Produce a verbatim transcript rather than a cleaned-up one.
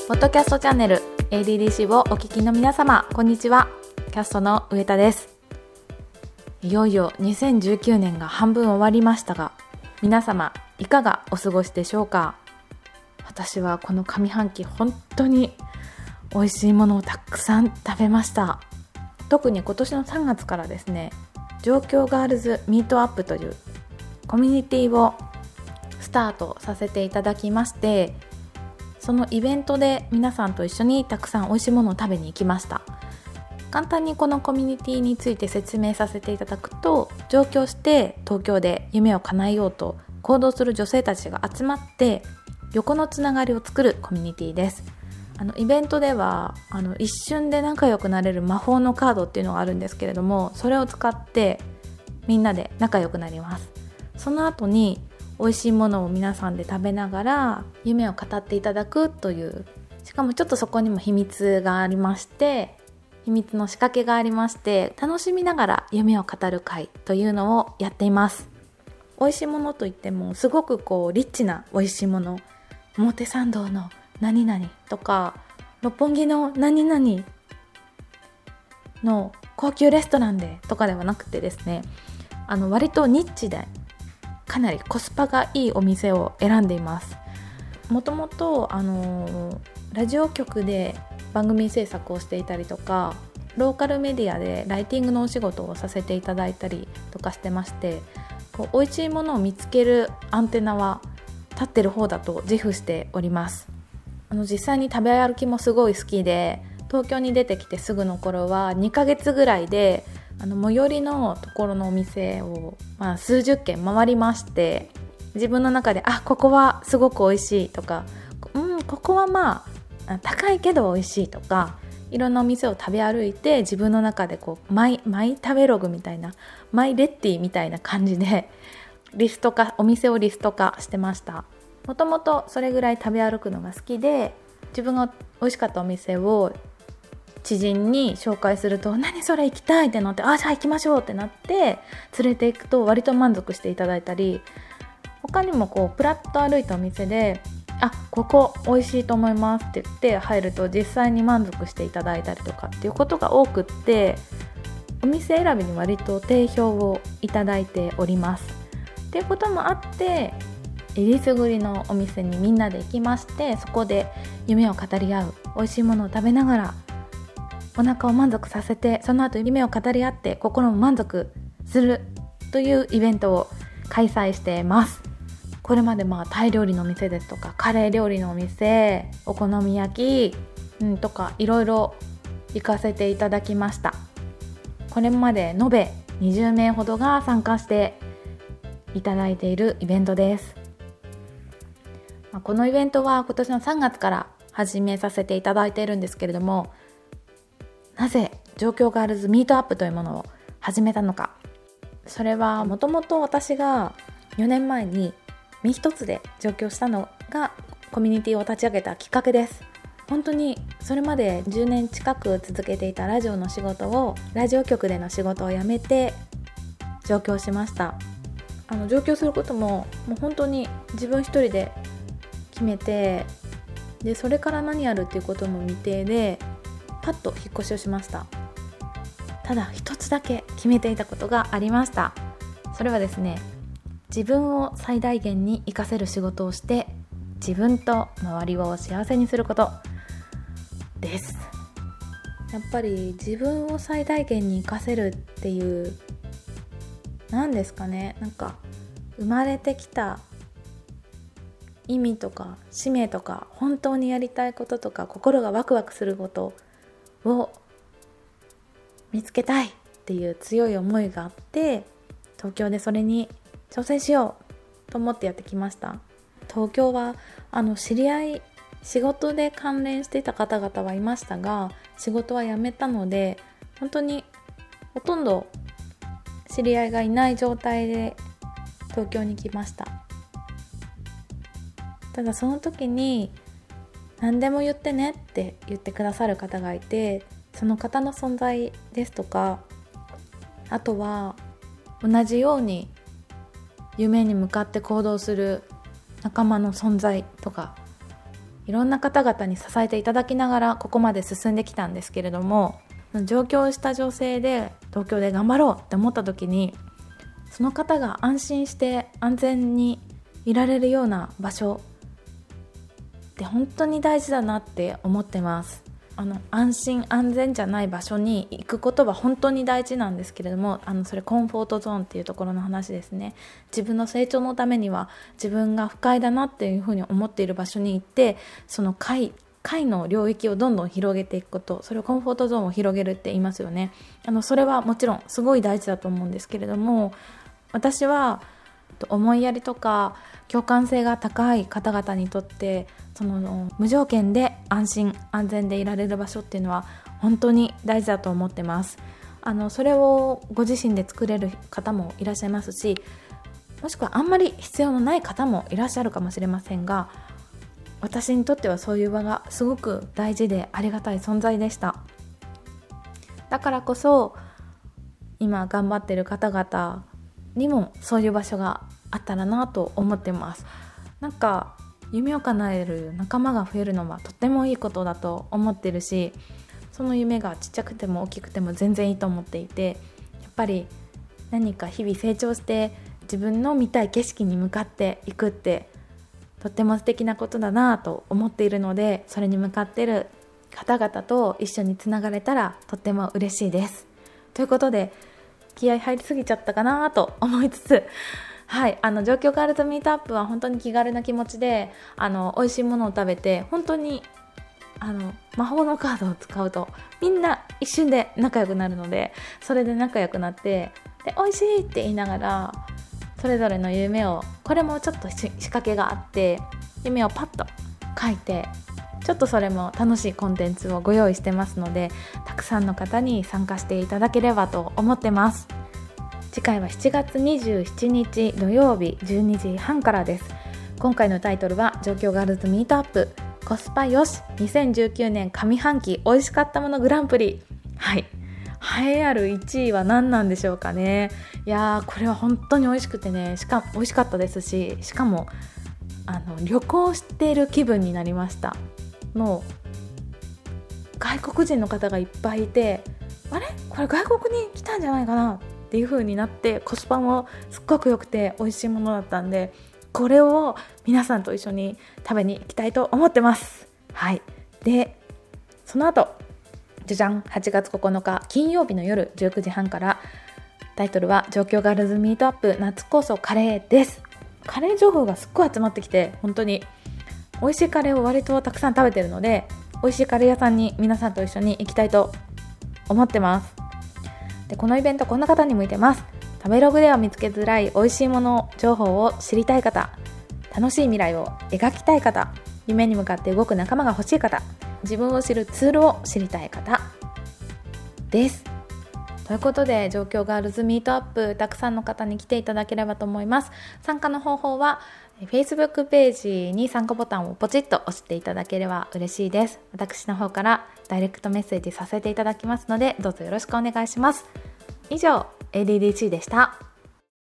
ポッドキャストチャンネル エーディーディーシー をお聞きの皆様、こんにちは。キャストの上田です。いよいよにせんじゅうきゅうねんが半分終わりましたが、皆様いかがお過ごしでしょうか。私はこの上半期本当に美味しいものをたくさん食べました。特に今年のさんがつからですね、上京ガールズミートアップというコミュニティをスタートさせていただきまして、そのイベントで皆さんと一緒にたくさん美味しいものを食べに行きました。簡単にこのコミュニティについて説明させていただくと、上京して東京で夢を叶えようと行動する女性たちが集まって横のつながりを作るコミュニティです。あのイベントではあの一瞬で仲良くなれる魔法のカードっていうのがあるんですけれども、それを使ってみんなで仲良くなります。その後に美味しいものを皆さんで食べながら夢を語っていただくという、しかもちょっとそこにも秘密がありまして秘密の仕掛けがありまして楽しみながら夢を語る会というのをやっています。美味しいものといってもすごくこうリッチな美味しいもの、表参道の何々とか六本木の何々の高級レストランでとかではなくてですね、あの割とニッチでかなりコスパがいいお店を選んでいます。もともとあのラジオ局で番組制作をしていたりとか、ローカルメディアでライティングのお仕事をさせていただいたりとかしてまして、こう美味しいものを見つけるアンテナは立ってる方だと自負しております。あの実際に食べ歩きもすごい好きで、東京に出てきてすぐの頃はにかげつぐらいであの最寄りのところのお店を、まあ、数十軒回りまして、自分の中であここはすごく美味しいとか、うんここはまあ高いけど美味しいとか、いろんなお店を食べ歩いて自分の中でこうマイ、マイ食べログみたいな、マイレッティみたいな感じでリスト化、お店をリスト化してました。もともとそれぐらい食べ歩くのが好きで、自分が美味しかったお店を知人に紹介すると、何それ行きたいってなって、あじゃあ行きましょうってなって連れて行くと割と満足していただいたり、他にもこうプラッと歩いたお店であここ美味しいと思いますって言って入ると実際に満足していただいたりとかっていうことが多くって、お店選びに割と定評をいただいております。っていうこともあってえりすぐりのお店にみんなで行きまして、そこで夢を語り合う、美味しいものを食べながらお腹を満足させて、その後夢を語り合って心も満足するというイベントを開催しています。これまでまあタイ料理のお店ですとか、カレー料理のお店、お好み焼き、うん、とかいろいろ行かせていただきました。これまで延べにじゅうめいほどが参加していただいているイベントです。まあ、このイベントは今年のさんがつから始めさせていただいているんですけれども、なぜ上京ガールズミートアップというものを始めたのか。それはもともと私がよねんまえに身一つで上京したのがコミュニティを立ち上げたきっかけです。本当にそれまでじゅうねん近く続けていたラジオの仕事を、ラジオ局での仕事を辞めて上京しました。あの上京することももう本当に自分一人で決めて、でそれから何やるっていうことも未定でパッと引っ越しをしました。ただ一つだけ決めていたことがありました。それはですね、自分を最大限に活かせる仕事をして自分と周りを幸せにすることです。やっぱり自分を最大限に活かせるっていう、何ですかね、なんか生まれてきた意味とか使命とか、本当にやりたいこととか心がワクワクすることを見つけたいっていう強い思いがあって、東京でそれに挑戦しようと思ってやってきました。東京はあの知り合い、仕事で関連していた方々はいましたが、仕事は辞めたので本当にほとんど知り合いがいない状態で東京に来ました。ただその時に何でも言ってねって言ってくださる方がいて、その方の存在ですとか、あとは同じように夢に向かって行動する仲間の存在とかいろんな方々に支えていただきながらここまで進んできたんですけれども、上京した女性で東京で頑張ろうって思った時に、その方が安心して安全にいられるような場所って本当に大事だなって思ってます。あの安心安全じゃない場所に行くことは本当に大事なんですけれども、あのそれコンフォートゾーンっていうところの話ですね。自分の成長のためには自分が不快だなっていうふうに思っている場所に行って、その快快の領域をどんどん広げていくこと、それをコンフォートゾーンを広げるって言いますよね。あのそれはもちろんすごい大事だと思うんですけれども、私は思いやりとか共感性が高い方々にとってその無条件で安心安全でいられる場所っていうのは本当に大事だと思ってます。あのそれをご自身で作れる方もいらっしゃいますし、もしくはあんまり必要のない方もいらっしゃるかもしれませんが、私にとってはそういう場がすごく大事でありがたい存在でした。だからこそ今頑張っている方々にもそういう場所があったらなと思ってます。なんか夢を叶える仲間が増えるのはとってもいいことだと思ってるし、その夢がちっちゃくても大きくても全然いいと思っていて、やっぱり何か日々成長して自分の見たい景色に向かっていくってとっても素敵なことだなと思っているので、それに向かっている方々と一緒につながれたらとっても嬉しいです。ということで気合入りすぎちゃったかなと思いつつ、はい、あの上京ガールズミートアップは本当に気軽な気持ちで、あの美味しいものを食べて、本当にあの魔法のカードを使うとみんな一瞬で仲良くなるので、それで仲良くなって、で美味しいって言いながらそれぞれの夢を、これもちょっと仕掛けがあって、夢をパッと書いて、ちょっとそれも楽しいコンテンツをご用意してますので、たくさんの方に参加していただければと思ってます。次回はしちがつにじゅうしちにち土曜日じゅうにじはんからです。今回のタイトルは上京ガールズミートアップコスパよしにせんじゅうきゅうねん上半期美味しかったものグランプリ。はい、栄えあるいちいは何なんでしょうかね。いやー、これは本当に美味しくてね、しかも美味しかったですし、しかもあの旅行している気分になりました。もう外国人の方がいっぱいいて、あれこれ外国に来たんじゃないかなっていう風になって、コスパもすっごく良くて美味しいものだったんで、これを皆さんと一緒に食べに行きたいと思ってます。はい。でその後じゃじゃん、はちがつここのか金曜日の夜じゅうくじはんから、タイトルは上京ガールズミートアップ夏こそカレーです。カレー情報がすっごい集まってきて、本当に美味しいカレーを割とたくさん食べてるので、美味しいカレー屋さんに皆さんと一緒に行きたいと思ってます。でこのイベントこんな方に向いてます。食べログでは見つけづらい美味しいもの情報を知りたい方、楽しい未来を描きたい方、夢に向かって動く仲間が欲しい方、自分を知るツールを知りたい方です。ということで上京ガールズミートアップ、たくさんの方に来ていただければと思います。参加の方法は Facebook ページに参加ボタンをポチッと押していただければ嬉しいです。私の方からダイレクトメッセージさせていただきますので、どうぞよろしくお願いします。以上 エーディーディーシー でした。